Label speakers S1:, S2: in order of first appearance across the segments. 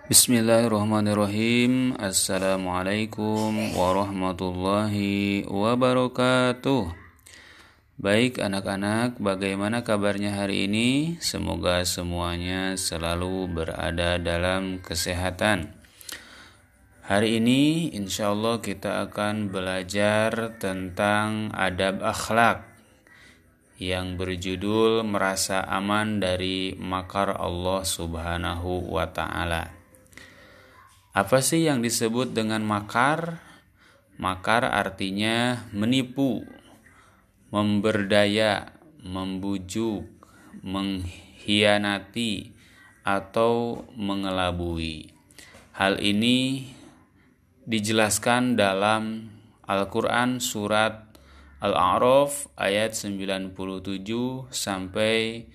S1: Bismillahirrahmanirrahim. Assalamualaikum warahmatullahi wabarakatuh. Baik anak-anak, bagaimana kabarnya hari ini? Semoga semuanya selalu berada dalam kesehatan. Hari ini insya Allah kita akan belajar tentang adab akhlak yang berjudul merasa aman dari makar Allah Subhanahu wa Ta'ala. Apa sih yang disebut dengan makar? Makar artinya menipu, memberdaya, membujuk, mengkhianati, atau mengelabui. Hal ini dijelaskan dalam Al-Quran surat Al-A'raf ayat 97 sampai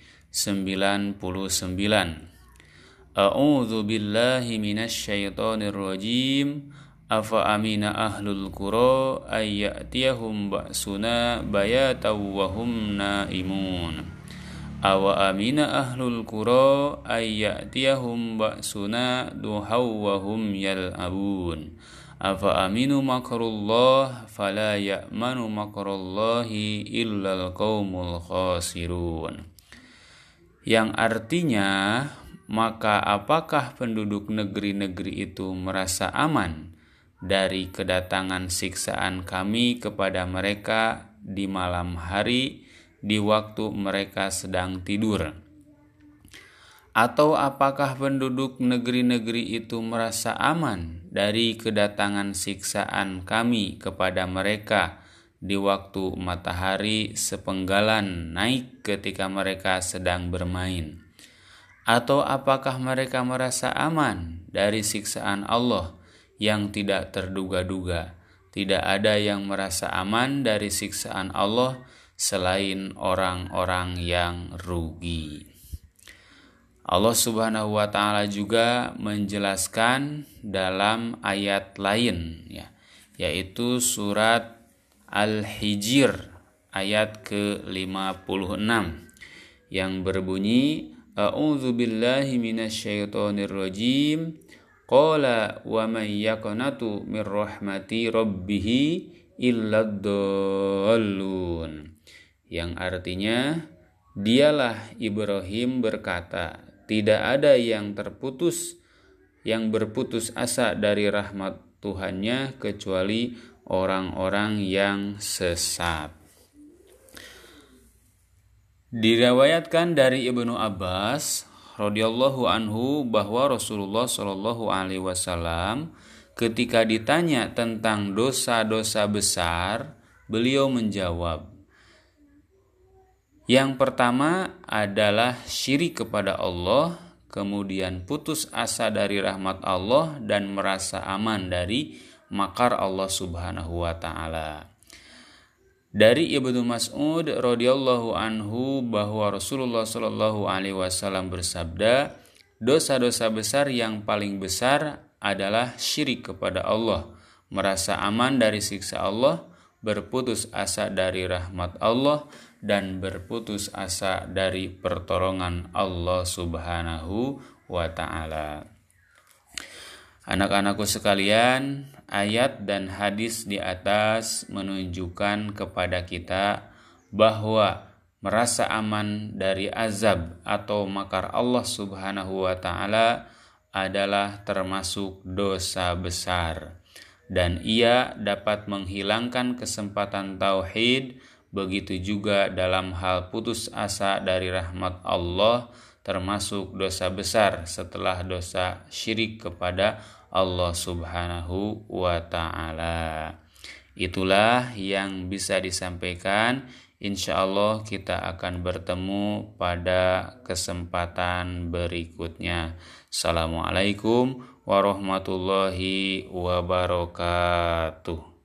S1: 99. A'udzu billahi minasyaitonir rajim. Afa amina ahlul qura ay ya'tiyahum ba'suna bayatan wa hum naimun. Awa amina ahlul qura ay ya'tiyahum ba'suna duhaw wa hum yal'abun. Afa aminu makrullah fala ya'manu makrallahi illal qaumul khasirun. Yang artinya, maka apakah penduduk negeri-negeri itu merasa aman dari kedatangan siksaan kami kepada mereka di malam hari di waktu mereka sedang tidur? Atau apakah penduduk negeri-negeri itu merasa aman dari kedatangan siksaan kami kepada mereka di waktu matahari sepenggalan naik ketika mereka sedang bermain? Atau apakah mereka merasa aman dari siksaan Allah yang tidak terduga-duga? Tidak ada yang merasa aman dari siksaan Allah selain orang-orang yang rugi. Allah Subhanahu wa Ta'ala juga menjelaskan dalam ayat lain, yaitu surat Al-Hijr ayat ke-56 yang berbunyi, A'udzu billahi minasyaitonir rajim. Qala wa man yaqnatu mir rahmati rabbih illad dallun. Yang artinya, dialah Ibrahim berkata, tidak ada yang berputus asa dari rahmat Tuhannya kecuali orang-orang yang sesat. Diriwayatkan dari Ibnu Abbas radhiyallahu anhu bahwa Rasulullah shallallahu alaihi wasallam ketika ditanya tentang dosa-dosa besar, beliau menjawab, yang pertama adalah syirik kepada Allah, kemudian putus asa dari rahmat Allah dan merasa aman dari makar Allah Subhanahu wa Ta'ala. Dari Ibnu Mas'ud radhiyallahu anhu bahwa Rasulullah shallallahu alaihi wasallam bersabda, dosa-dosa besar yang paling besar adalah syirik kepada Allah, merasa aman dari siksa Allah, berputus asa dari rahmat Allah, dan berputus asa dari pertolongan Allah Subhanahu wa Ta'ala. Anak-anakku sekalian, ayat dan hadis di atas menunjukkan kepada kita bahwa merasa aman dari azab atau makar Allah Subhanahu wa Ta'ala adalah termasuk dosa besar, dan ia dapat menghilangkan kesempatan tauhid. Begitu juga dalam hal putus asa dari rahmat Allah, termasuk dosa besar setelah dosa syirik kepada Allah Subhanahu wa Ta'ala. Itulah yang bisa disampaikan. Insya Allah kita akan bertemu pada kesempatan berikutnya. Assalamualaikum warahmatullahi wabarakatuh.